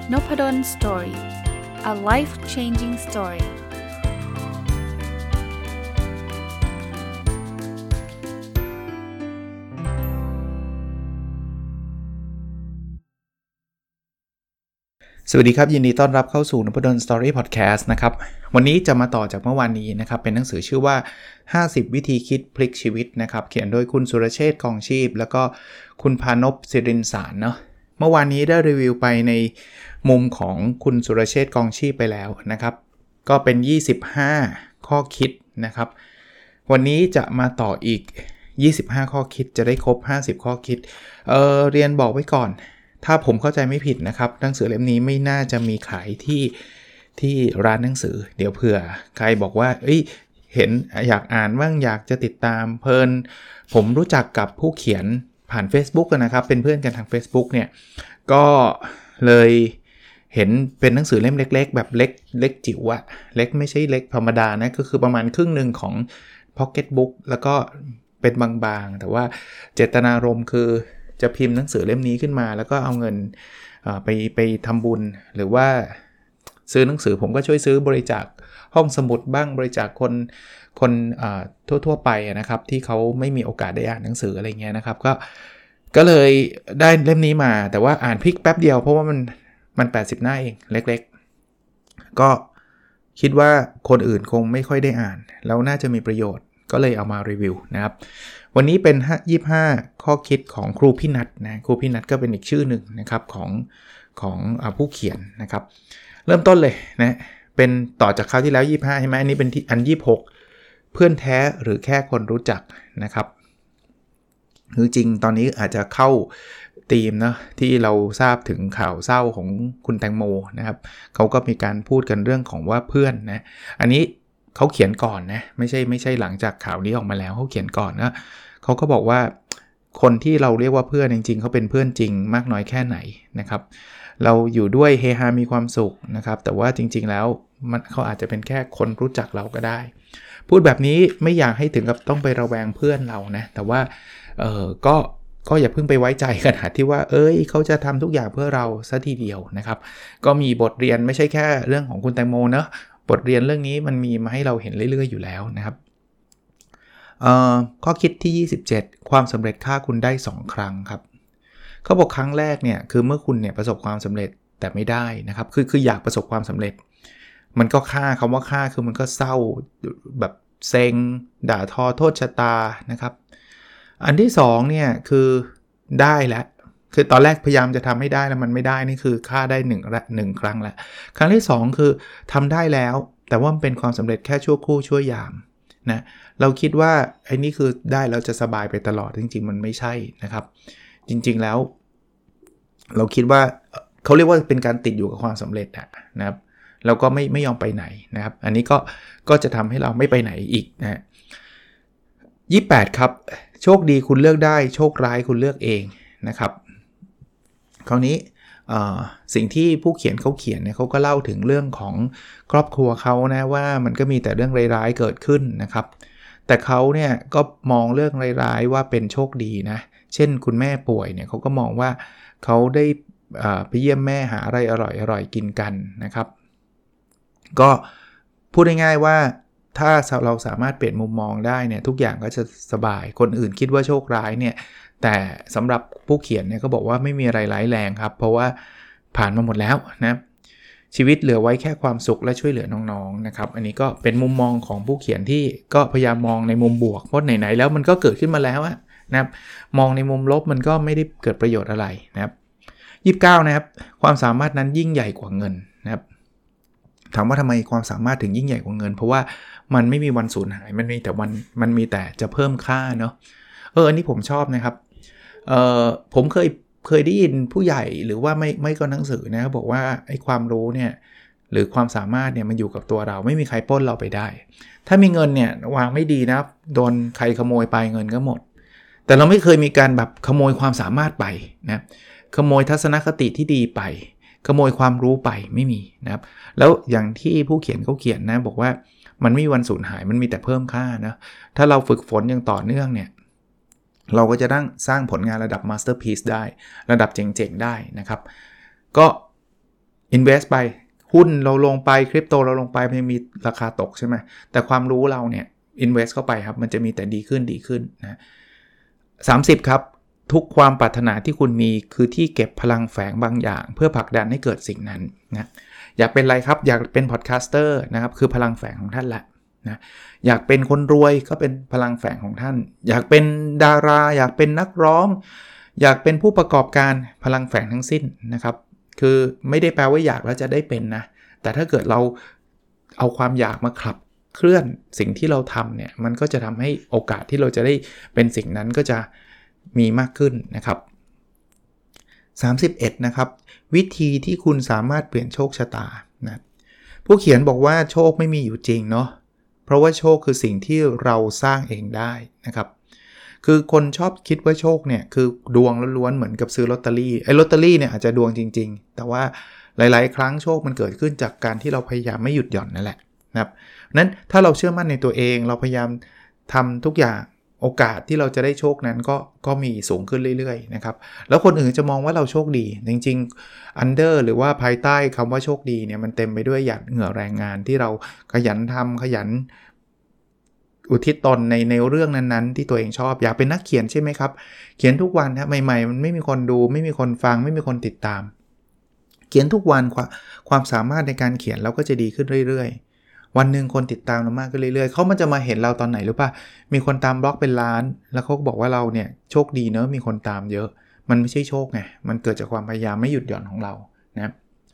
Nopadon Story. A life-changing story. สวัสดีครับยินดีต้อนรับเข้าสู่ Nopadon Story Podcast นะครับวันนี้จะมาต่อจากเมื่อวานนี้นะครับเป็นหนังสือชื่อว่า50วิธีคิดพลิกชีวิตนะครับเขียนโดยคุณสุรเชษฐ์กองชีพแล้วก็คุณพานพศิรินสารเนาะเมื่อวานนี้ได้รีวิวไปในมุมของคุณสุรเชษฐ์กองชีพไปแล้วนะครับก็เป็น25ข้อคิดนะครับวันนี้จะมาต่ออีก25ข้อคิดจะได้ครบ50ข้อคิดเรียนบอกไว้ก่อนถ้าผมเข้าใจไม่ผิดนะครับหนังสือเล่มนี้ไม่น่าจะมีขายที่ร้านหนังสือเดี๋ยวเผื่อใครบอกว่าเห็นอยากอ่านบ้างอยากจะติดตามเพลินผมรู้จักกับผู้เขียนผ่าน Facebook กันนะครับเป็นเพื่อนกันทาง Facebook เนี่ยก็เลยเห็นเป็นหนังสือเล่มเล็กๆแบบเล็กจิ๋วอะเล็กไม่ใช่เล็กธรรมดานะก็คือประมาณครึ่งนึงของ Pocket Book แล้วก็เป็นบางๆแต่ว่าเจตนารมณ์คือจะพิมพ์หนังสือเล่มนี้ขึ้นมาแล้วก็เอาเงินไปทำบุญหรือว่าซื้อหนังสือผมก็ช่วยซื้อบริจาคห้องสมุดบ้างบริจาคคนทั่วไปนะครับที่เขาไม่มีโอกาสได้อ่านหนังสืออะไรเงี้ยนะครับก็เลยได้เล่มนี้มาแต่ว่าอ่านพลิกแป๊บเดียวเพราะว่ามัน80หน้าเองเล็กๆก็คิดว่าคนอื่นคงไม่ค่อยได้อ่านแล้วน่าจะมีประโยชน์ก็เลยเอามารีวิวนะครับวันนี้เป็น25ข้อคิดของครูพี่นัทนะครูพี่นัทก็เป็นอีกชื่อหนึ่งนะครับของผู้เขียนนะครับเริ่มต้นเลยนะเป็นต่อจากคราวที่แล้ว25ใช่ไหมอันนี้เป็นที่อัน26เพื่อนแท้หรือแค่คนรู้จักนะครับคือจริงตอนนี้อาจจะเข้าธีมนะที่เราทราบถึงข่าวเศร้าของคุณแตงโมนะครับเขาก็มีการพูดกันเรื่องของว่าเพื่อนนะอันนี้เขาเขียนก่อนนะไม่ใช่หลังจากข่าวนี้ออกมาแล้วเขาเขียนก่อนนะเขาก็บอกว่าคนที่เราเรียกว่าเพื่อนจริงๆเขาเป็นเพื่อนจริงมากน้อยแค่ไหนนะครับเราอยู่ด้วยเฮฮามีความสุขนะครับแต่ว่าจริงๆแล้วเขาอาจจะเป็นแค่คนรู้จักเราก็ได้พูดแบบนี้ไม่อยากให้ถึงกับต้องไประแวงเพื่อนเรานะแต่ว่าก็อย่าเพิ่งไปไว้ใจขนาดที่ว่าเขาจะทำทุกอย่างเพื่อเราซะทีเดียวนะครับก็มีบทเรียนไม่ใช่แค่เรื่องของคุณแตงโมเนอะบทเรียนเรื่องนี้มันมีมาให้เราเห็นเรื่อยๆอยู่แล้วนะครับข้อคิดที่27ความสำเร็จฆ่าคุณได้2ครั้งครับเขาบอกครั้งแรกเนี่ยคือเมื่อคุณเนี่ยประสบความสำเร็จแต่ไม่ได้นะครับคืออยากประสบความสำเร็จมันก็ฆ่าคำว่าฆ่าคือมันก็เศร้าแบบเซ็งด่าทอโทษชะตานะครับอันที่2เนี่ยคือได้แล้วคือตอนแรกพยายามจะทำให้ได้แล้วมันไม่ได้นี่คือฆ่าได้1ครั้งแล้วครั้งที่2คือทำได้แล้วแต่ว่ามันเป็นความสำเร็จแค่ชั่วครู่ชั่วยามนะเราคิดว่าไอ้นี่คือได้แล้วจะสบายไปตลอดจริงๆมันไม่ใช่นะครับจริงๆแล้วเราคิดว่าเขาเรียกว่าเป็นการติดอยู่กับความสำเร็จนะครับเราก็ไม่ยอมไปไหนนะครับอันนี้ก็จะทำให้เราไม่ไปไหนอีกนะ28ครับโชคดีคุณเลือกได้โชคร้ายคุณเลือกเองนะครับคราวนี้สิ่งที่ผู้เขียนเขาเขียนเนี่ยเขาก็เล่าถึงเรื่องของครอบครัวเขานะว่ามันก็มีแต่เรื่องร้ายๆเกิดขึ้นนะครับแต่เขาเนี่ยก็มองเรื่องร้ายๆว่าเป็นโชคดีนะเช่นคุณแม่ป่วยเนี่ยเขาก็มองว่าเขาได้ไปเยี่ยมแม่หาอะไรอร่อยๆกินกันนะครับก็พูดง่ายๆว่าถ้าเราสามารถเปลี่ยนมุมมองได้เนี่ยทุกอย่างก็จะสบายคนอื่นคิดว่าโชคร้ายเนี่ยแต่สำหรับผู้เขียนเนี่ยก็บอกว่าไม่มีอะไรร้ายแรงครับเพราะว่าผ่านมาหมดแล้วนะชีวิตเหลือไว้แค่ความสุขและช่วยเหลือน้องๆนะครับอันนี้ก็เป็นมุมมองของผู้เขียนที่ก็พยายามมองในมุมบวกเพราะไหนๆแล้วมันก็เกิดขึ้นมาแล้วนะครับมองในมุมลบมันก็ไม่ได้เกิดประโยชน์อะไรนะครับ29นะครับความสามารถนั้นยิ่งใหญ่กว่าเงินนะครับถามว่าทำไมความสามารถถึงยิ่งใหญ่กว่าเงินเพราะว่ามันไม่มีวันสูญหายมันมีแต่จะเพิ่มค่าเนาะอันนี้ผมชอบนะครับผมเคยได้ยินผู้ใหญ่หรือว่าไม่ก็หนังสือนะบอกว่าไอ้ความรู้เนี่ยหรือความสามารถเนี่ยมันอยู่กับตัวเราไม่มีใครปล้นเราไปได้ถ้ามีเงินเนี่ยวางไม่ดีนะโดนใครขโมยไปเงินก็หมดแต่เราไม่เคยมีการแบบขโมยความสามารถไปนะขโมยทัศนคติที่ดีไปขโมยความรู้ไปไม่มีนะครับแล้วอย่างที่ผู้เขียนเขาเขียนนะบอกว่ามันไม่มีวันสูญหายมันมีแต่เพิ่มค่านะถ้าเราฝึกฝนอย่างต่อเนื่องเนี่ยเราก็จะสร้างผลงานระดับมาสเตอร์พีซได้ระดับเจ๋งๆได้นะครับก็ invest ไปหุ้นเราลงไปคริปโตเราลงไปมันยังมีราคาตกใช่ไหมแต่ความรู้เราเนี่ย invest เข้าไปครับมันจะมีแต่ดีขึ้นนะ30ครับทุกความปรารถนาที่คุณมีคือที่เก็บพลังแฝงบางอย่างเพื่อผลักดันให้เกิดสิ่งนั้นนะอยากเป็นอะไรครับอยากเป็นพอดแคสเตอร์นะครับคือพลังแฝงของท่านแหละนะอยากเป็นคนรวยก็เป็นพลังแฝงของท่านอยากเป็นดาราอยากเป็นนักร้องอยากเป็นผู้ประกอบการพลังแฝงทั้งสิ้นนะครับคือไม่ได้แปลว่าอยากแล้วจะได้เป็นนะแต่ถ้าเกิดเราเอาความอยากมาขับเคลื่อนสิ่งที่เราทำเนี่ยมันก็จะทำให้โอกาสที่เราจะได้เป็นสิ่งนั้นก็จะมีมากขึ้นนะครับ31นะครับวิธีที่คุณสามารถเปลี่ยนโชคชะตานะผู้เขียนบอกว่าโชคไม่มีอยู่จริงเนาะเพราะว่าโชคคือสิ่งที่เราสร้างเองได้นะครับคือคนชอบคิดว่าโชคเนี่ยคือดวงล้วนๆเหมือนกับซื้อลอตเตอรี่ลอตเตอรี่เนี่ยอาจจะดวงจริงๆแต่ว่าหลายๆครั้งโชคมันเกิดขึ้นจากการที่เราพยายามไม่หยุดหย่อนนั่นแหละนะครับนั้นถ้าเราเชื่อมั่นในตัวเองเราพยายามทำทุกอย่างโอกาสที่เราจะได้โชคนั้นก็มีสูงขึ้นเรื่อยๆนะครับแล้วคนอื่นจะมองว่าเราโชคดีจริงๆ under หรือว่าภายใต้คำว่าโชคดีเนี่ยมันเต็มไปด้วยหยาดเหงื่อแรงงานที่เราขยันทำขยันอุทิศตนในเรื่องนั้นๆที่ตัวเองชอบอยากเป็นนักเขียนใช่ไหมครับเขียนทุกวันนะใหม่ๆมันไม่มีคนดูไม่มีคนฟังไม่มีคนติดตามเขียนทุกวันความสามารถในการเขียนเราก็จะดีขึ้นเรื่อยๆวันหนึ่งคนติดตามเรามากขึ้นเรื่อยๆเขามันจะมาเห็นเราตอนไหนรู้ป่ะมีคนตามบล็อกเป็นล้านแล้วเขาบอกว่าเราเนี่ยโชคดีเนอะมีคนตามเยอะมันไม่ใช่โชคไงมันเกิดจากความพยายามไม่หยุดหย่อนของเรานะ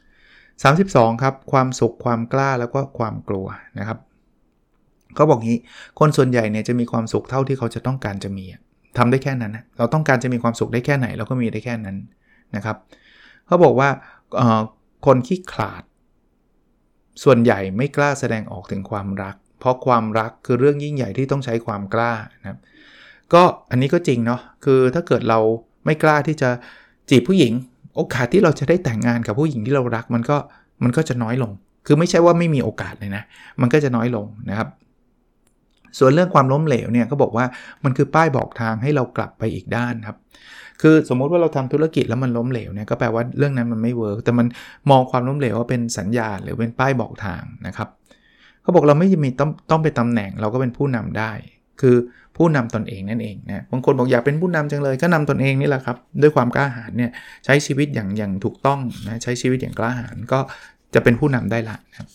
32ครับความสุขความกล้าแล้วก็ความกลัวนะครับเขาบอกงี้คนส่วนใหญ่เนี่ยจะมีความสุขเท่าที่เขาจะต้องการจะมีทำได้แค่นั้นนะเราต้องการจะมีความสุขได้แค่ไหนเราก็มีได้แค่นั้นนะครับเขาบอกว่าคนขี้ขลาดส่วนใหญ่ไม่กล้าแสดงออกถึงความรักเพราะความรักคือเรื่องยิ่งใหญ่ที่ต้องใช้ความกล้านะครับก็อันนี้ก็จริงเนาะคือถ้าเกิดเราไม่กล้าที่จะจีบผู้หญิงโอกาสที่เราจะได้แต่งงานกับผู้หญิงที่เรารักมันก็จะน้อยลงคือไม่ใช่ว่าไม่มีโอกาสเลยนะมันก็จะน้อยลงนะครับส่วนเรื่องความล้มเหลวเนี่ยก็บอกว่ามันคือป้ายบอกทางให้เรากลับไปอีกด้านครับคือสมมุติว่าเราทำธุรกิจแล้วมันล้มเหลวเนี่ยก็แปลว่าเรื่องนั้นมันไม่เวิร์กแต่มันมองความล้มเหลวว่าเป็นสัญญาณหรือเป็นป้ายบอกทางนะครับเขาบอกเราไม่มีต้องไปตำแหน่งเราก็เป็นผู้นำได้คือผู้นำตนเองนั่นเองนะบางคนบอกอยากเป็นผู้นำจังเลยก็นำตนเองนี่แหละครับด้วยความกล้าหาญเนี่ยใช้ชีวิตอย่างถูกต้องนะใช้ชีวิตอย่างกล้าหาญก็จะเป็นผู้นำได้ละนะครับ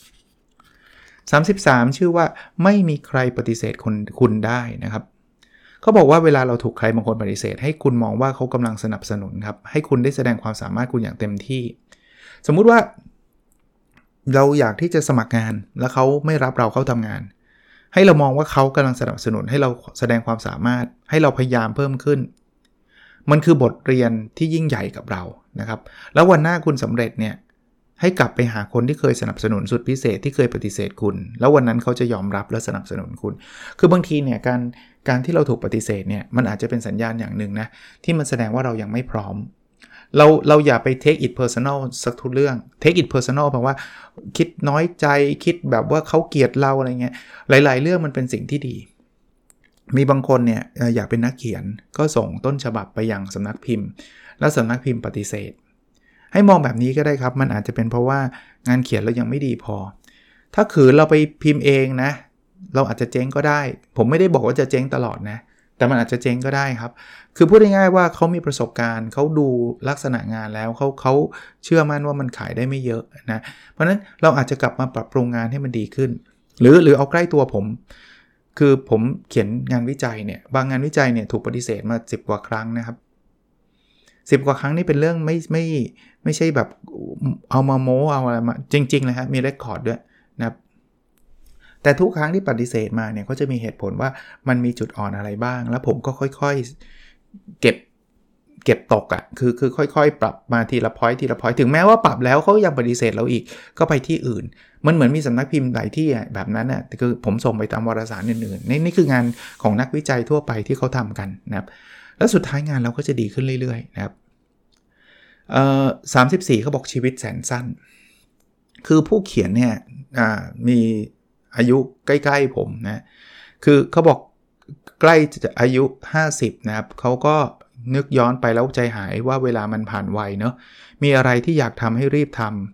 33ชื่อว่าไม่มีใครปฏิเสธคุณได้นะครับเขาบอกว่าเวลาเราถูกใครบางคนปฏิเสธให้คุณมองว่าเขากำลังสนับสนุนครับให้คุณได้แสดงความสามารถคุณอย่างเต็มที่สมมุติว่าเราอยากที่จะสมัครงานแล้วเขาไม่รับเราเข้าทำงานให้เรามองว่าเขากำลังสนับสนุนให้เราแสดงความสามารถให้เราพยายามเพิ่มขึ้นมันคือบทเรียนที่ยิ่งใหญ่กับเรานะครับแล้ววันหน้าคุณสำเร็จเนี่ยให้กลับไปหาคนที่เคยสนับสนุนสุดพิเศษที่เคยปฏิเสธคุณแล้ววันนั้นเขาจะยอมรับและสนับสนุนคุณคือบางทีเนี่ยการที่เราถูกปฏิเสธเนี่ยมันอาจจะเป็นสัญญาณอย่างหนึ่งนะที่มันแสดงว่าเรายังไม่พร้อมเราอย่าไป take it personal สักทุกเรื่อง take it personal แปลว่าคิดน้อยใจคิดแบบว่าเขาเกลียดเราอะไรเงี้ยหลายๆเรื่องมันเป็นสิ่งที่ดีมีบางคนเนี่ยอยากเป็นนักเขียนก็ส่งต้นฉบับไปยังสำนักพิมพ์แล้วสำนักพิมพ์ปฏิเสธให้มองแบบนี้ก็ได้ครับมันอาจจะเป็นเพราะว่างานเขียนเรายังไม่ดีพอถ้าขืนเราไปพิมพ์เองนะเราอาจจะเจ๊งก็ได้ผมไม่ได้บอกว่าจะเจ๊งตลอดนะแต่มันอาจจะเจ๊งก็ได้ครับคือพูดง่ายๆว่าเขามีประสบการณ์เขาดูลักษณะงานแล้วเขาเชื่อมั่นว่ามันขายได้ไม่เยอะนะเพราะฉะนั้นเราอาจจะกลับมาปรับปรุงงานให้มันดีขึ้นหรือเอาใกล้ตัวผมคือผมเขียนงานวิจัยเนี่ยบางงานวิจัยเนี่ยถูกปฏิเสธมา10กว่าครั้งนะครับ10กว่าครั้งนี่เป็นเรื่องไม่ใช่แบบเอามาโม้เอาอะไรมาจริงๆเลยครับมีเรคคอร์ดด้วยนะครับแต่ทุกครั้งที่ปฏิเสธมาเนี่ยเขาจะมีเหตุผลว่ามันมีจุดอ่อนอะไรบ้างแล้วผมก็ค่อยๆเก็บตกอ่ะคือค่อยๆปรับมาทีละพอยต์ถึงแม้ว่าปรับแล้วเขายังปฏิเสธเราอีกก็ไปที่อื่นมันเหมือนมีสำนักพิมพ์หลายที่แบบนั้นน่ะคือผมส่งไปตามวารสารอื่นๆนี่คืองานของนักวิจัยทั่วไปที่เขาทำกันนะครับแล้วสุดท้ายงานเราก็จะดีขึ้นเรื่อยๆนะครับ34เขาบอกชีวิตแสนสั้นคือผู้เขียนเนี่ยมีอายุใกล้ๆผมนะคือเขาบอกใกล้จะอายุ50นะครับเขาก็นึกย้อนไปแล้วใจหายว่าเวลามันผ่านไวเนอะมีอะไรที่อยากทำให้รีบทำ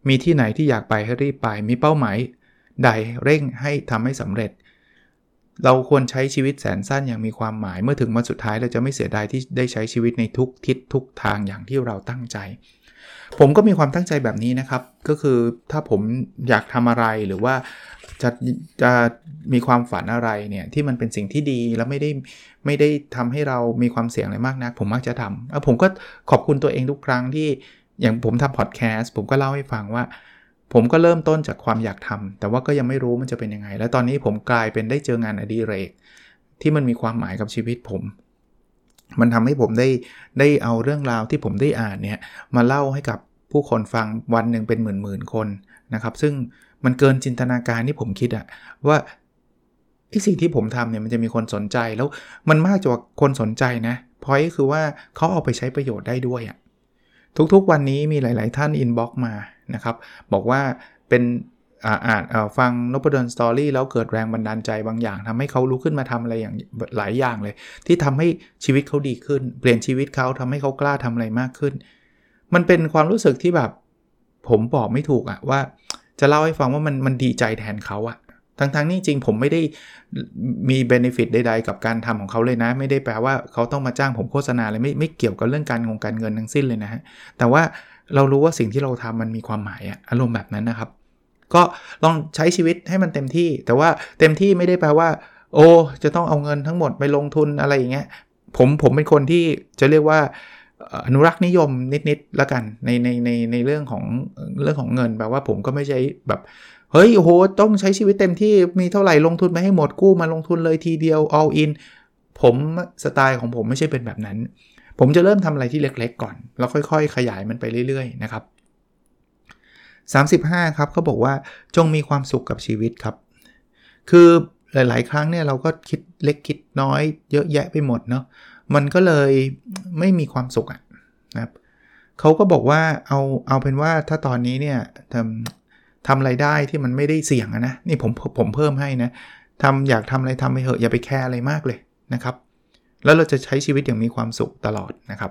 มีที่ไหนที่อยากไปให้รีบไปมีเป้าหมายใดเร่งให้ทำให้สำเร็จเราควรใช้ชีวิตแสนสั้นอย่างมีความหมายเมื่อถึงวันสุดท้ายเราจะไม่เสียดายที่ได้ใช้ชีวิตในทุกทิศทุกทางอย่างที่เราตั้งใจผมก็มีความตั้งใจแบบนี้นะครับก็คือถ้าผมอยากทำอะไรหรือว่าจะมีความฝันอะไรเนี่ยที่มันเป็นสิ่งที่ดีแล้วไม่ได้ทำให้เรามีความเสี่ยงอะไรมากนักผมมักจะทำแล้วผมก็ขอบคุณตัวเองทุกครั้งที่อย่างผมทำพอดแคสต์ผมก็เล่าให้ฟังว่าผมก็เริ่มต้นจากความอยากทำแต่ว่าก็ยังไม่รู้มันจะเป็นยังไงแล้วตอนนี้ผมกลายเป็นได้เจองานอดิเรกที่มันมีความหมายกับชีวิตผมมันทำให้ผมได้เอาเรื่องราวที่ผมได้อ่านเนี่ยมาเล่าให้กับผู้คนฟังวันหนึ่งเป็นหมื่นๆคนนะครับซึ่งมันเกินจินตนาการที่ผมคิดอะว่าไอ้สิ่งที่ผมทำเนี่ยมันจะมีคนสนใจแล้วมันมากกว่าคนสนใจนะพอยต์คือว่าเขาเอาไปใช้ประโยชน์ได้ด้วยอะทุกๆวันนี้มีหลายๆท่านอินบ็อกซ์มานะครับบอกว่าเป็นฟังนพดลสตอรี่แล้วเกิดแรงบันดาลใจบางอย่างทำให้เขาลุกขึ้นมาทำอะไรอย่างหลายอย่างเลยที่ทำให้ชีวิตเขาดีขึ้นเปลี่ยนชีวิตเขาทำให้เขากล้าทำอะไรมากขึ้นมันเป็นความรู้สึกที่แบบผมบอกไม่ถูกอะว่าจะเล่าให้ฟังว่ามันดีใจแทนเขาอะทั้งนี่จริงผมไม่ได้มีเบเนฟิตใดๆกับการทำของเขาเลยนะไม่ได้แปลว่าเขาต้องมาจ้างผมโฆษณาเลยไม่เกี่ยวกับเรื่องการเงินทั้งสิ้นเลยนะฮะแต่ว่าเรารู้ว่าสิ่งที่เราทำมันมีความหมายอะอารมณ์แบบนั้นนะครับก็ลองใช้ชีวิตให้มันเต็มที่แต่ว่าเต็มที่ไม่ได้แปลว่าโอ้จะต้องเอาเงินทั้งหมดไปลงทุนอะไรอย่างเงี้ยผมเป็นคนที่จะเรียกว่าอนุรักษ์นิยมนิดๆละกันในเรื่องของเงินแปลว่าผมก็ไม่ใช่แบบเฮ้ยโอ้โหต้องใช้ชีวิตเต็มที่มีเท่าไหร่ลงทุนไปให้หมดกู้มาลงทุนเลยทีเดียว all in ผมสไตล์ของผมไม่ใช่เป็นแบบนั้นผมจะเริ่มทำอะไรที่เล็กๆก่อนแล้วค่อยๆขยายมันไปเรื่อยๆนะครับ35ครับเขาบอกว่าจงมีความสุขกับชีวิตครับคือหลายๆครั้งเนี่ยเราก็คิดเล็กคิดน้อยเยอะแยะไปหมดเนาะมันก็เลยไม่มีความสุขนะครับเขาก็บอกว่าเอาเป็นว่าถ้าตอนนี้เนี่ยทำอะไรได้ที่มันไม่ได้เสี่ยงนะนี่ผมเพิ่มให้นะอยากทำอะไรทำไปเถอะอย่าไปแคร์อะไรมากเลยนะครับแล้วเราจะใช้ชีวิตอย่างมีความสุขตลอดนะครับ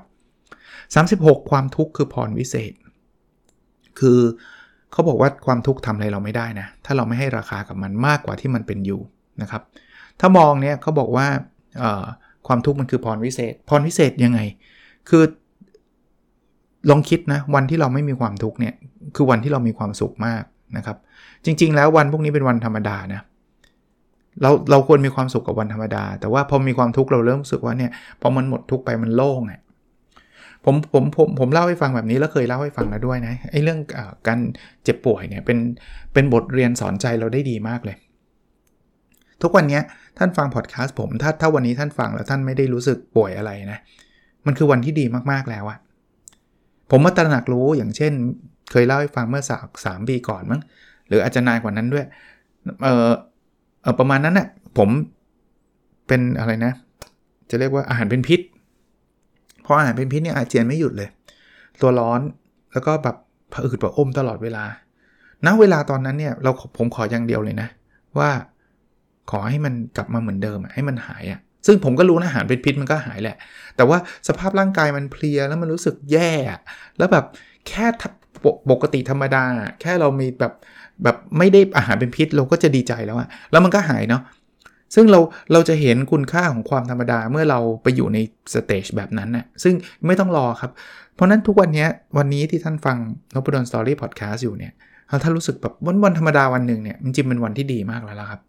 36ความทุกข์คือพรวิเศษคือเขาบอกว่าความทุกข์ทำอะไรเราไม่ได้นะถ้าเราไม่ให้ราคากับมันมากกว่าที่มันเป็นอยู่นะครับถ้ามองเนี่ยเขาบอกว่าความทุกข์มันคือพรวิเศษยังไงคือลองคิดนะวันที่เราไม่มีความทุกข์เนี่ยคือวันที่เรามีความสุขมากนะครับจริงๆแล้ววันพวกนี้เป็นวันธรรมดานะเราควรมีความสุขกับวันธรรมดาแต่ว่าพอมีความทุกข์เราเริ่มรู้สึกว่าเนี่ยพอมันหมดทุกข์ไปมันโล่งอ่ะผมเล่าให้ฟังแบบนี้แล้วเคยเล่าให้ฟังแล้วด้วยนะไอ้เรื่องการเจ็บป่วยเนี่ยเป็นบทเรียนสอนใจเราได้ดีมากเลยทุกวันนี้ท่านฟังพอดแคสต์ผมถ้าวันนี้ท่านฟังแล้วท่านไม่ได้รู้สึกป่วยอะไรนะมันคือวันที่ดีมากๆแล้วอะผมมาตระหนักรู้อย่างเช่นเคยเล่าให้ฟังเมื่อ3 ปีก่อนมั้งหรืออาจจะนานกว่านั้นด้วยประมาณนั้นน่ะผมเป็นอะไรนะจะเรียกว่าอาหารเป็นพิษพออาหารเป็นพิษเนี่ยอาเจียนไม่หยุดเลยตัวร้อนแล้วก็แบบผะอืดผะอมตลอดเวลาณเวลาตอนนั้นเนี่ยผมขออย่างเดียวเลยนะว่าขอให้มันกลับมาเหมือนเดิมให้มันหายซึ่งผมก็รู้นะอาหารเป็นพิษมันก็หายแหละแต่ว่าสภาพร่างกายมันเพลียแล้วมันรู้สึกแย่แล้วแบบแค่ปกติธรรมดาแค่เรามีแบบไม่ได้อาหารเป็นพิษเราก็จะดีใจแล้วแล้วมันก็หายเนาะซึ่งเราจะเห็นคุณค่าของความธรรมดาเมื่อเราไปอยู่ในสเตจแบบนั้นน่ะซึ่งไม่ต้องรอครับเพราะนั้นทุกวันนี้ที่ท่านฟังนพดลสตอรี่พอดแคสต์อยู่เนี่ยถ้ารู้สึกแบบวันธรรมดาวันหนึ่งเนี่ยจริงๆเป็นวันที่ดีมากแล้วครับ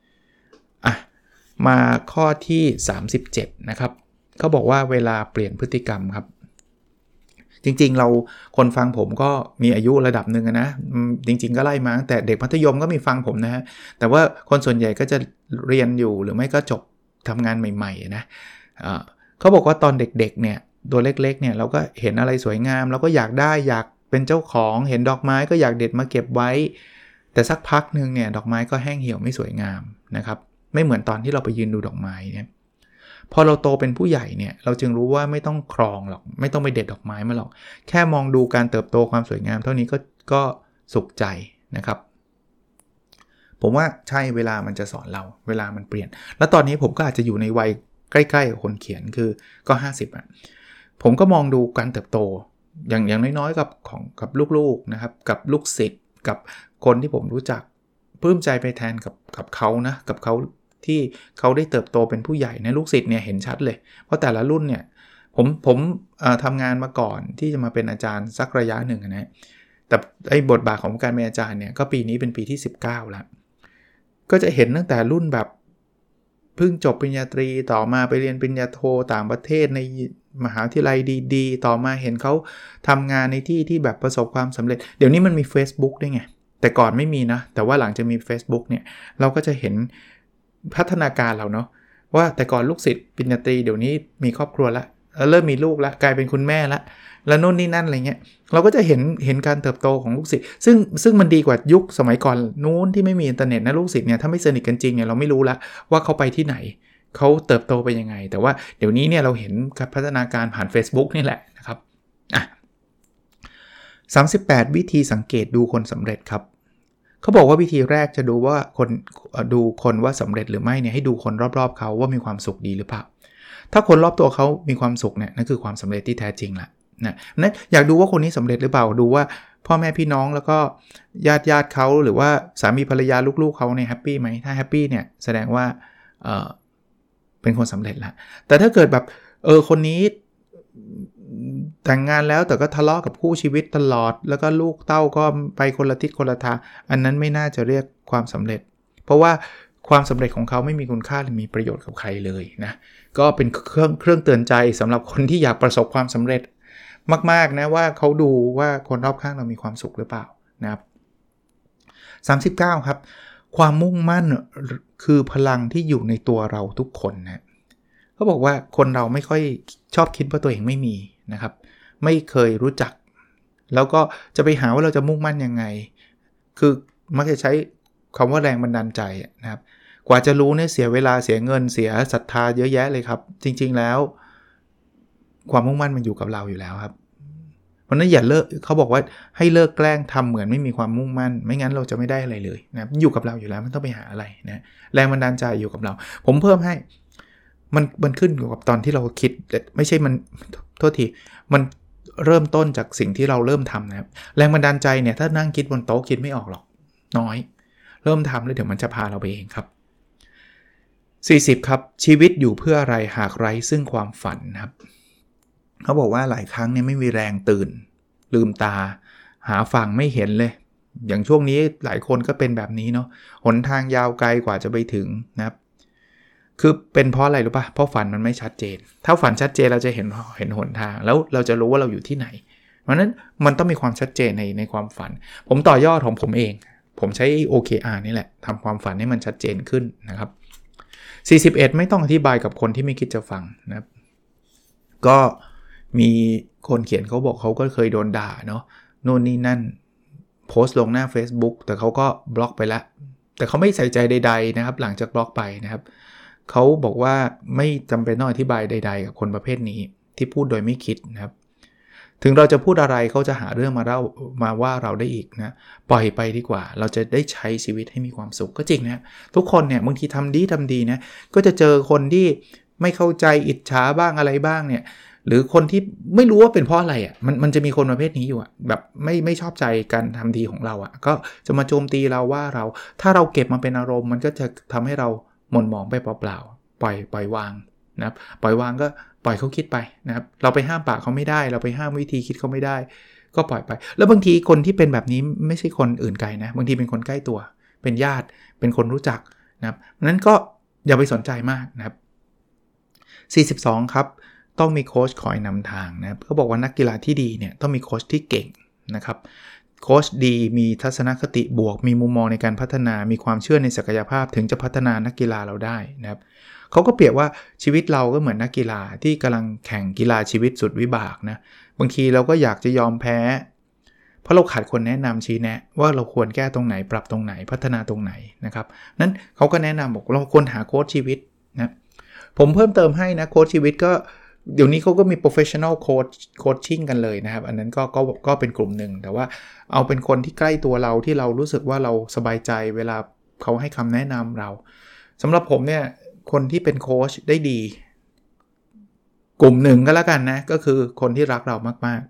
มาข้อที่37นะครับเขาบอกว่าเวลาเปลี่ยนพฤติกรรมครับจริงๆเราคนฟังผมก็มีอายุระดับหนึ่งนะจริงๆก็ไล่มาตั้งแต่เด็กมัธยมก็มีฟังผมนะฮะแต่ว่าคนส่วนใหญ่ก็จะเรียนอยู่หรือไม่ก็จบทำงานใหม่ๆนะเขาบอกว่าตอนเด็กๆเนี่ยตัวเล็กๆเนี่ยเราก็เห็นอะไรสวยงามเราก็อยากเป็นเจ้าของเห็นดอกไม้ก็อยากเด็ดมาเก็บไว้แต่สักพักนึงเนี่ยดอกไม้ก็แห้งเหี่ยวไม่สวยงามนะครับไม่เหมือนตอนที่เราไปยืนดูดอกไม้เนี่ยพอเราโตเป็นผู้ใหญ่เนี่ยเราจึงรู้ว่าไม่ต้องครองหรอกไม่ต้องไปเด็ดดอกไม้มาหรอกแค่มองดูการเติบโตความสวยงามเท่านี้ก็สุขใจนะครับผมว่าใช่เวลามันจะสอนเราเวลามันเปลี่ยนแล้วตอนนี้ผมก็อาจจะอยู่ในวัยใกล้ๆกับคนเขียนคือก็50ผมก็มองดูการเติบโตอย่างน้อยๆกับลูกๆนะครับกับลูกศิษย์กับคนที่ผมรู้จักปลื้มใจไปแทนกับเขานะกับเขาที่เขาได้เติบโตเป็นผู้ใหญ่นะลูกศิษย์เนี่ยเห็นชัดเลยเพราะแต่ละรุ่นเนี่ยผมทำงานมาก่อนที่จะมาเป็นอาจารย์สักระยะหนึ่งนะแต่ไอ้บทบาทของการเป็นอาจารย์เนี่ยก็ปีนี้เป็นปีที่19แล้วก็จะเห็นตั้งแต่รุ่นแบบเพิ่งจบปริญญาตรีต่อมาไปเรียนปริญญาโทต่างประเทศในมหาวิทยาลัยดีๆต่อมาเห็นเขาทำงานในที่แบบประสบความสำเร็จเดี๋ยวนี้มันมี Facebook ด้วยไงแต่ก่อนไม่มีนะแต่ว่าหลังจะมี Facebook เนี่ยเราก็จะเห็นพัฒนาการเราเนาะว่าแต่ก่อนลูกศิษย์ปริญญาตรีเดี๋ยวนี้มีครอบครัวแล้วเริ่มมีลูกแล้วกลายเป็นคุณแม่แล้วนู่นนี่นั่นอะไรเงี้ยเราก็จะเห็นการเติบโตของลูกศิษย์ซึ่งมันดีกว่ายุคสมัยก่อนนู้นที่ไม่มีอินเทอร์เน็ตนะลูกศิษย์เนี่ยถ้าไม่สนิทกันจริงเนี่ยเราไม่รู้ละว่าเขาไปที่ไหนเขาเติบโตไปยังไงแต่ว่าเดี๋ยวนี้เนี่ยเราเห็นการพัฒนาการผ่าน Facebook นี่แหละนะครับ38 วิธีสังเกตดูคนสำเร็จครับเขาบอกว่าวิธีแรกจะดูว่าดูคนว่าสำเร็จหรือไม่เนี่ยให้ดูคนรอบๆเขาว่ามีความสุขดีหรือเปล่าถ้าคนรอบตัวเขามีความสุขเนี่ยนั่นคือความสำเร็จที่แท้จริงละนะนั้นอยากดูว่าคนนี้สำเร็จหรือเปล่าดูว่าพ่อแม่พี่น้องแล้วก็ญาติเขาหรือว่าสามีภรรยาลูกๆเขาเนี่ยแฮปปี้ไหมถ้าแฮปปี้เนี่ยแสดงว่าเป็นคนสำเร็จละแต่ถ้าเกิดแบบคนนี้แต่งงานแล้วแต่ก็ทะเลาะกับคู่ชีวิตตลอดแล้วก็ลูกเต้าก็ไปคนละทิศคนละทางอันนั้นไม่น่าจะเรียกความสำเร็จเพราะว่าความสำเร็จของเขาไม่มีคุณค่าหรือมีประโยชน์กับใครเลยนะก็เป็นเครื่องเตือนใจสำหรับคนที่อยากประสบความสำเร็จมากๆนะว่าเขาดูว่าคนรอบข้างเรามีความสุขหรือเปล่านะครับ39ครับความมุ่งมั่นคือพลังที่อยู่ในตัวเราทุกคนนะเขาบอกว่าคนเราไม่ค่อยชอบคิดว่าตัวเองไม่มีนะครับไม่เคยรู้จักแล้วก็จะไปหาว่าเราจะมุ่งมั่นยังไงคือมักจะใช้คำว่าแรงบันดาลใจนะครับกว่าจะรู้เนี่ยเสียเวลาเสียเงินเสียศรัทธาเยอะแยะเลยครับจริงๆแล้วความมุ่งมั่นมันอยู่กับเราอยู่แล้วครับเพราะนั้นอย่าเลิกเขาบอกว่าให้เลิกแกล้งทำเหมือนไม่มีความมุ่งมั่นไม่งั้นเราจะไม่ได้อะไรเลยนะอยู่กับเราอยู่แล้วมันต้องไปหาอะไรนะแรงบันดาลใจอยู่กับเราผมเพิ่มให้มันขึ้นอยู่กับตอนที่เราคิดไม่ใช่มันโทษทีมันเริ่มต้นจากสิ่งที่เราเริ่มทำนะครับแรงบันดาลใจเนี่ยถ้านั่งคิดบนโต๊ะคิดไม่ออกหรอกน้อยเริ่มทำแล้วเดี๋ยวมันจะพาเราไปเองครับ40ครับชีวิตอยู่เพื่ออะไรหากไร้ซึ่งความฝันครับเขาบอกว่าหลายครั้งเนี่ยไม่มีแรงตื่นลืมตาหาฝั่งไม่เห็นเลยอย่างช่วงนี้หลายคนก็เป็นแบบนี้เนาะหนทางยาวไกลกว่าจะไปถึงนะครับคือเป็นเพราะอะไรรู้ป่ะเพราะฝันมันไม่ชัดเจนถ้าฝันชัดเจนเราจะเห็นหนทางแล้วเราจะรู้ว่าเราอยู่ที่ไหนเพราะนั้นมันต้องมีความชัดเจนในความฝันผมต่อยอดของผมเองผมใช้ OKR นี่แหละทำความฝันให้มันชัดเจนขึ้นนะครับ41ไม่ต้องอธิบายกับคนที่ไม่คิดจะฟังนะครับก็มีคนเขียนเขาบอกเขาก็เคยโดนด่าเนาะโน่นนี่นั่นโพสต์ลงหน้า Facebook แต่เขาก็บล็อกไปแล้วแต่เขาไม่ใส่ใจใดๆนะครับหลังจากบล็อกไปนะครับเขาบอกว่าไม่จำเป็นต้องอธิบายใดๆกับคนประเภทนี้ที่พูดโดยไม่คิดนะครับถึงเราจะพูดอะไรเขาจะหาเรื่องมาว่าเราได้อีกนะปล่อยไปดีกว่าเราจะได้ใช้ชีวิตให้มีความสุขก็จริงนะทุกคนเนี่ยบางทีทำดีนะก็จะเจอคนที่ไม่เข้าใจอิจฉาบ้างอะไรบ้างเนี่ยหรือคนที่ไม่รู้ว่าเป็นเพราะอะไรมันจะมีคนประเภทนี้อยู่แบบไม่ชอบใจการทำดีของเราก็จะมาโจมตีเราว่าเราถ้าเราเก็บมาเป็นอารมณ์มันก็จะทำให้เราหม่นหมองไปเปล่าๆปล่อยวางนะครับปล่อยวางก็ปล่อยเขาคิดไปนะครับเราไปห้ามปากเขาไม่ได้เราไปห้ามวิธีคิดเขาไม่ได้ก็ปล่อยไปแล้วบางทีคนที่เป็นแบบนี้ไม่ใช่คนอื่นไกลนะบางทีเป็นคนใกล้ตัวเป็นญาติเป็นคนรู้จักนะครับนั้นก็อย่าไปสนใจมากนะครับ42ครับต้องมีโค้ชคอยนำทางนะครับเขาบอกว่านักกีฬาที่ดีเนี่ยต้องมีโค้ชที่เก่งนะครับโค้ชดีมีทัศนคติบวกมีมุมมองในการพัฒนามีความเชื่อในศักยภาพถึงจะพัฒนานักกีฬาเราได้นะครับเขาก็เปรียบว่าชีวิตเราก็เหมือนนักกีฬาที่กำลังแข่งกีฬาชีวิตสุดวิบากนะบางทีเราก็อยากจะยอมแพ้เพราะเราขาดคนแนะนำชี้แนะว่าเราควรแก้ตรงไหนปรับตรงไหนพัฒนาตรงไหนนะครับนั้นเขาก็แนะนำบอกเราควรหาโค้ชชีวิตนะผมเพิ่มเติมให้นะโค้ชชีวิตก็เดี๋ยวนี้เขาก็มี professional coaching กันเลยนะครับอันนั้นก็เป็นกลุ่มหนึ่งแต่ว่าเอาเป็นคนที่ใกล้ตัวเราที่เรารู้สึกว่าเราสบายใจเวลาเขาให้คำแนะนำเราสำหรับผมเนี่ยคนที่เป็นโค้ชได้ดีกลุ่มหนึ่งก็แล้วกันนะก็คือคนที่รักเรามาก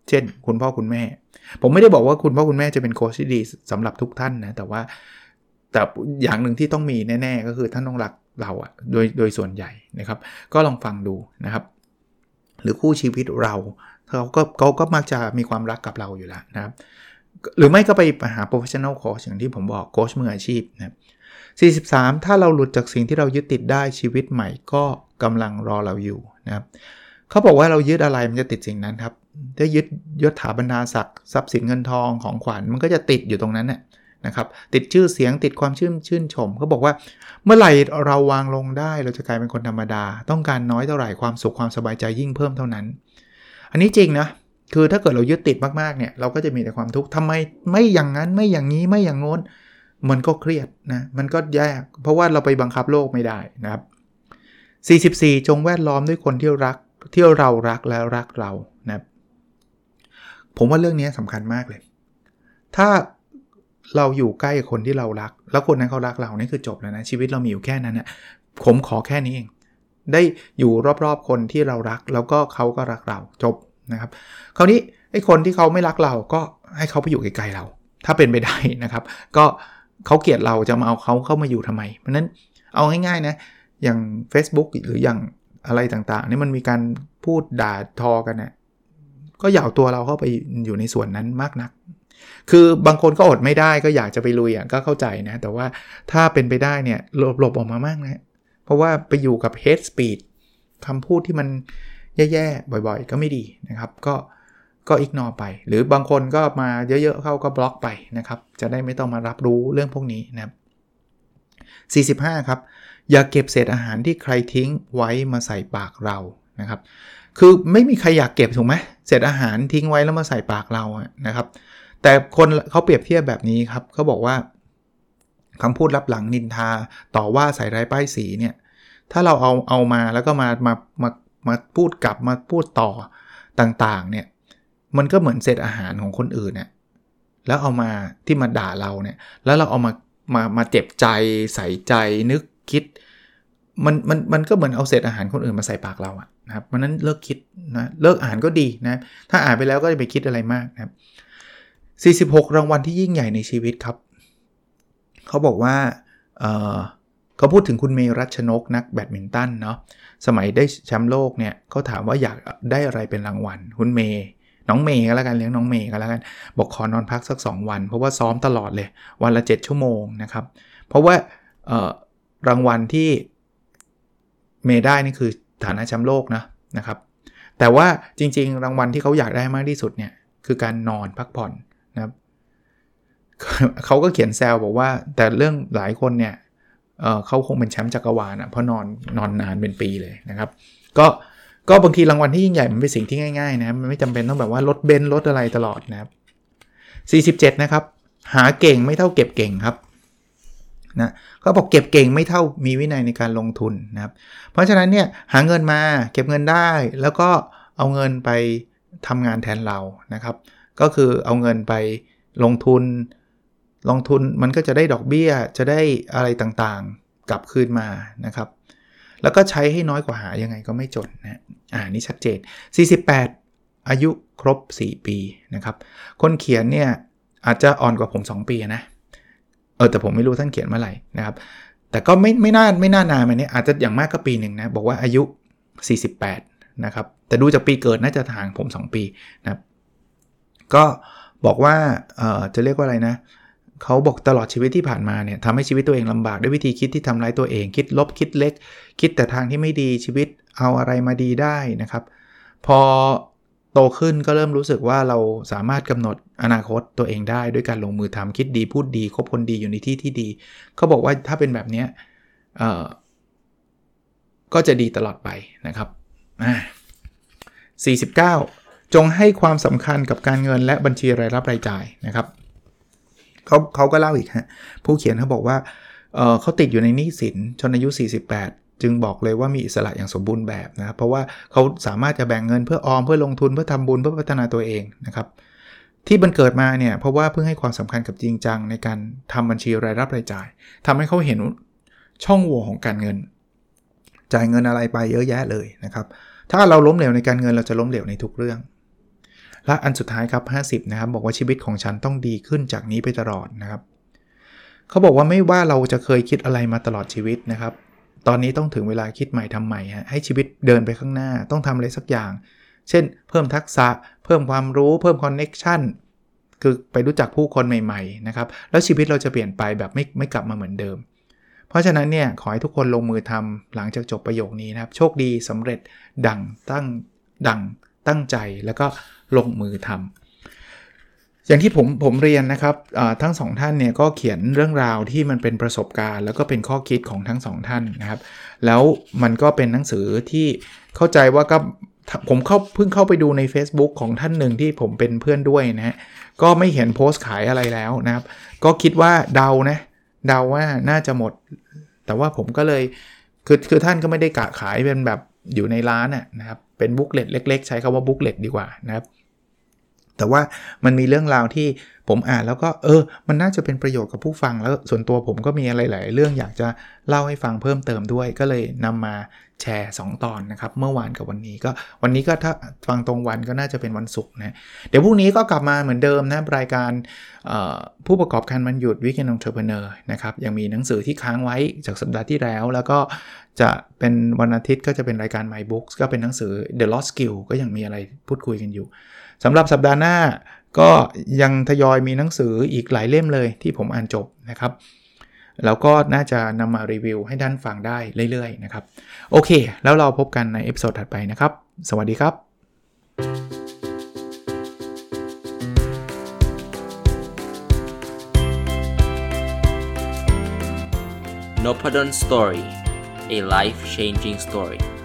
เช่นคุณพ่อคุณแม่ผมไม่ได้บอกว่าคุณพ่อคุณแม่จะเป็นโค้ชที่ดีสำหรับทุกท่านนะแต่อย่างหนึ่งที่ต้องมีแน่ๆก็คือท่านต้องรักเราอะโดยส่วนใหญ่นะครับก็ลองฟังดูนะครับหรือคู่ชีวิตเราเขาก็มักจะมีความรักกับเราอยู่แล้วนะครับหรือไม่ก็ไปหา professional coach อย่างที่ผมบอกโค้ชมืออาชีพนะครับ43ถ้าเราหลุดจากสิ่งที่เรายึดติดได้ชีวิตใหม่ก็กำลังรอเราอยู่นะครับเขาบอกว่าเรายึดอะไรมันจะติดสิ่งนั้นครับถ้ายึดยศถาบรรดาศักดิ์ทรัพย์สินเงินทองของขวัญมันก็จะติดอยู่ตรงนั้นนะครับติดชื่อเสียงติดความชื่นชมเขาบอกว่าเมื่อไหร่เราวางลงได้เราจะกลายเป็นคนธรรมดาต้องการน้อยเท่าไหร่ความสุขความสบายใจยิ่งเพิ่มเท่านั้นอันนี้จริงนะคือถ้าเกิดเรายึดติดมากๆเนี่ยเราก็จะมีแต่ความทุกข์ทำไมไม่อย่างนั้นไม่อย่างนี้ไม่อย่างโน้นมันก็เครียดนะมันก็แย่เพราะว่าเราไปบังคับโลกไม่ได้นะครับ44จงแวดล้อมด้วยคนที่เรารักและรักเรานะผมว่าเรื่องนี้สำคัญมากเลยถ้าเราอยู่ใกล้คนที่เรารักแล้วคนนั้นเขารักเรานี่คือจบแล้วนะชีวิตเรามีอยู่แค่นั้นนะผมขอแค่นี้เองได้อยู่รอบๆคนที่เรารักแล้วก็เขาก็รักเราจบนะครับคราวนี้ไอ้คนที่เขาไม่รักเราก็ให้เขาไปอยู่ไกลๆเราถ้าเป็นไปได้นะครับก็เขาเกลียดเราจะมาเอาเขาเข้ามาอยู่ทำไมเพราะนั้นเอาง่ายๆนะอย่าง Facebook หรืออย่างอะไรต่างๆนี่มันมีการพูดด่าทอกันนะก็อย่าเอาตัวเราเข้าไปอยู่ในส่วนนั้นมากนักคือบางคนก็อดไม่ได้ก็อยากจะไปลุยก็เข้าใจนะแต่ว่าถ้าเป็นไปได้เนี่ยหลบออกมามากนะเพราะว่าไปอยู่กับ hate speech คำพูดที่มันแย่ๆบ่อยๆก็ไม่ดีนะครับก็อิกนอร์ไปหรือบางคนก็มาเยอะๆเข้าก็บล็อกไปนะครับจะได้ไม่ต้องมารับรู้เรื่องพวกนี้นะครับ45ครับอย่าเก็บเศษอาหารที่ใครทิ้งไว้มาใส่ปากเรานะครับคือไม่มีใครอยากเก็บถูกไหมเศษอาหารทิ้งไว้แล้วมาใส่ปากเรานะครับแต่คนเขาเปรียบเทียบแบบนี้ครับเขาบอกว่าคำพูดลับหลังนินทาต่อว่าใส่ร้ายป้ายสีเนี่ยถ้าเราเอามาแล้วก็มาพูดกลับมาพูดต่อต่างๆเนี่ยมันก็เหมือนเศษอาหารของคนอื่นเนี่ยแล้วเอามาที่มาด่าเราเนี่ยแล้วเราเอามาเจ็บใจใส่ใจนึกคิดมันก็เหมือนเอาเศษอาหารคนอื่นมาใส่ปากเรานะครับเพราะนั้นเลิกคิดนะเลิกอ่านก็ดีนะถ้าอ่านไปแล้วก็จะไปคิดอะไรมากนะครับ46รางวัลที่ยิ่งใหญ่ในชีวิตครับเขาบอกว่าเขาพูดถึงคุณเมย์รัชนกนักแบดมินตันเนาะสมัยได้แชมป์โลกเนี่ยเขาถามว่าอยากได้อะไรเป็นรางวัลคุณเมย์น้องเมย์ก็แล้วกันเลี้ยงน้องเมย์ก็แล้วกันบอกขอนอนพักสัก2วันเพราะว่าซ้อมตลอดเลยวันละ7ชั่วโมงนะครับเพราะว่ารางวัลที่เมย์ได้นี่คือฐานะแชมป์โลกนะครับแต่ว่าจริงๆรางวัลที่เขาอยากได้มากที่สุดเนี่ยคือการนอนพักผ่อนนะครับเขาก็เขียนแซวบอกว่าแต่เรื่องหลายคนเนี่ยเขาคงเป็นแชมป์จักรวาลเพราะนอนนานเป็นปีเลยนะครับก็บางทีรางวัลที่ยิ่งใหญ่มันเป็นสิ่งที่ง่ายๆนะมันไม่จำเป็นต้องแบบว่ารถเบนซ์รถอะไรตลอดนะครับ47นะครับหาเก่งไม่เท่าเก็บเก่งครับนะเขาบอกเก็บเก่งไม่เท่ามีวินัยในการลงทุนนะครับเพราะฉะนั้นเนี่ยหาเงินมาเก็บเงินได้แล้วก็เอาเงินไปทำงานแทนเรานะครับก็คือเอาเงินไปลงทุนมันก็จะได้ดอกเบี้ยจะได้อะไรต่างๆกลับคืนมานะครับแล้วก็ใช้ให้น้อยกว่าหายังไงก็ไม่จนนะนี่ชัดเจน48อายุครบ4ปีนะครับคนเขียนเนี่ยอาจจะอ่อนกว่าผม2ปีนะแต่ผมไม่รู้ท่านเขียนเมื่อไหร่นะครับแต่ก็ไม่น่านานมานี้อาจจะอย่างมากก็ปีนึงนะบอกว่าอายุ48นะครับแต่ดูจากปีเกิดน่าจะห่างผม2ปีนะครับก็บอกว่าจะเรียกว่าอะไรนะเขาบอกตลอดชีวิตที่ผ่านมาเนี่ยทำให้ชีวิตตัวเองลำบากด้วยวิธีคิดที่ทำร้ายตัวเองคิดลบคิดเล็กคิดแต่ทางที่ไม่ดีชีวิตเอาอะไรมาดีได้นะครับพอโตขึ้นก็เริ่มรู้สึกว่าเราสามารถกำหนดอนาคตตัวเองได้ด้วยการลงมือทำคิดดีพูดดีคบคนดีอยู่ในที่ที่ดีเขาบอกว่าถ้าเป็นแบบนี้ก็จะดีตลอดไปนะครับ49จงให้ความสำคัญกับการเงินและบัญชีรายรับรายจ่ายนะครับเขาก็เล่าอีกผู้เขียนเขาบอกว่าเขาติดอยู่ในหนี้สินจนอายุ48จึงบอกเลยว่ามีอิสระอย่างสมบูรณ์แบบนะครับเพราะว่าเขาสามารถจะแบ่งเงินเพื่อออมเพื่อลงทุนเพื่อทำบุญเพื่อพัฒนาตัวเองนะครับที่มันเกิดมาเนี่ยเพราะว่าเพิ่งให้ความสำคัญกับจริงจังในการทำบัญชีรายรับรายจ่ายทำให้เขาเห็นช่องโหว่ของการเงินจ่ายเงินอะไรไปเยอะแยะเลยนะครับถ้าเราล้มเหลวในการเงินเราจะล้มเหลวในทุกเรื่องและอันสุดท้ายครับ50นะครับบอกว่าชีวิตของฉันต้องดีขึ้นจากนี้ไปตลอดนะครับเขาบอกว่าไม่ว่าเราจะเคยคิดอะไรมาตลอดชีวิตนะครับตอนนี้ต้องถึงเวลาคิดใหม่ทำใหม่ฮะให้ชีวิตเดินไปข้างหน้าต้องทำอะไรสักอย่างเช่นเพิ่มทักษะเพิ่มความรู้เพิ่มคอนเน็กชันคือไปรู้จักผู้คนใหม่ๆนะครับแล้วชีวิตเราจะเปลี่ยนไปแบบไม่กลับมาเหมือนเดิมเพราะฉะนั้นเนี่ยขอให้ทุกคนลงมือทำหลังจากจบประโยคนี้นะครับโชคดีสำเร็จดังตั้งใจแล้วก็ลงมือทำอย่างที่ผมเรียนนะครับทั้งสองท่านเนี่ยก็เขียนเรื่องราวที่มันเป็นประสบการณ์แล้วก็เป็นข้อคิดของทั้งสองท่านนะครับแล้วมันก็เป็นหนังสือที่เข้าใจว่าก็ผมเพิ่งเข้าไปดูใน Facebook ของท่านหนึ่งที่ผมเป็นเพื่อนด้วยนะฮะก็ไม่เห็นโพสต์ขายอะไรแล้วนะครับก็คิดว่าเดาว่าน่าจะหมดแต่ว่าผมก็เลยคือท่านก็ไม่ได้กะขายเป็นแบบอยู่ในร้านนะครับเป็นบุ๊กเลตเล็กๆใช้คำว่าบุ๊กเลตดีกว่านะครับแต่ว่ามันมีเรื่องราวที่ผมอ่านแล้วก็มันน่าจะเป็นประโยชน์กับผู้ฟังแล้วส่วนตัวผมก็มีอะไรหลายเรื่องอยากจะเล่าให้ฟังเพิ่มเติมด้วยก็เลยนำมาแชร์2ตอนนะครับเมื่อวานกับวันนี้ก็ถ้าฟังตรงวันก็น่าจะเป็นวันศุกร์นะเดี๋ยวพรุ่งนี้ก็กลับมาเหมือนเดิมนะรายการผู้ประกอบการวันหยุด Weekend Entrepreneur นะครับยังมีหนังสือที่ค้างไว้จากสัปดาห์ที่แล้วก็จะเป็นวันอาทิตย์ก็จะเป็นรายการ My Books ก็เป็นหนังสือ The Lost Skill ก็ยังมีอะไรพูดคุยกันอยู่สำหรับสัปดาห์หน้าก็ยังทยอยมีหนังสืออีกหลายเล่มเลยที่ผมอ่านจบนะครับแล้วก็น่าจะนำมารีวิวให้ท่านฟังได้เรื่อยๆนะครับโอเคแล้วเราพบกันในเอพิโซดถัดไปนะครับสวัสดีครับ Nopadon Story, a life-changing story.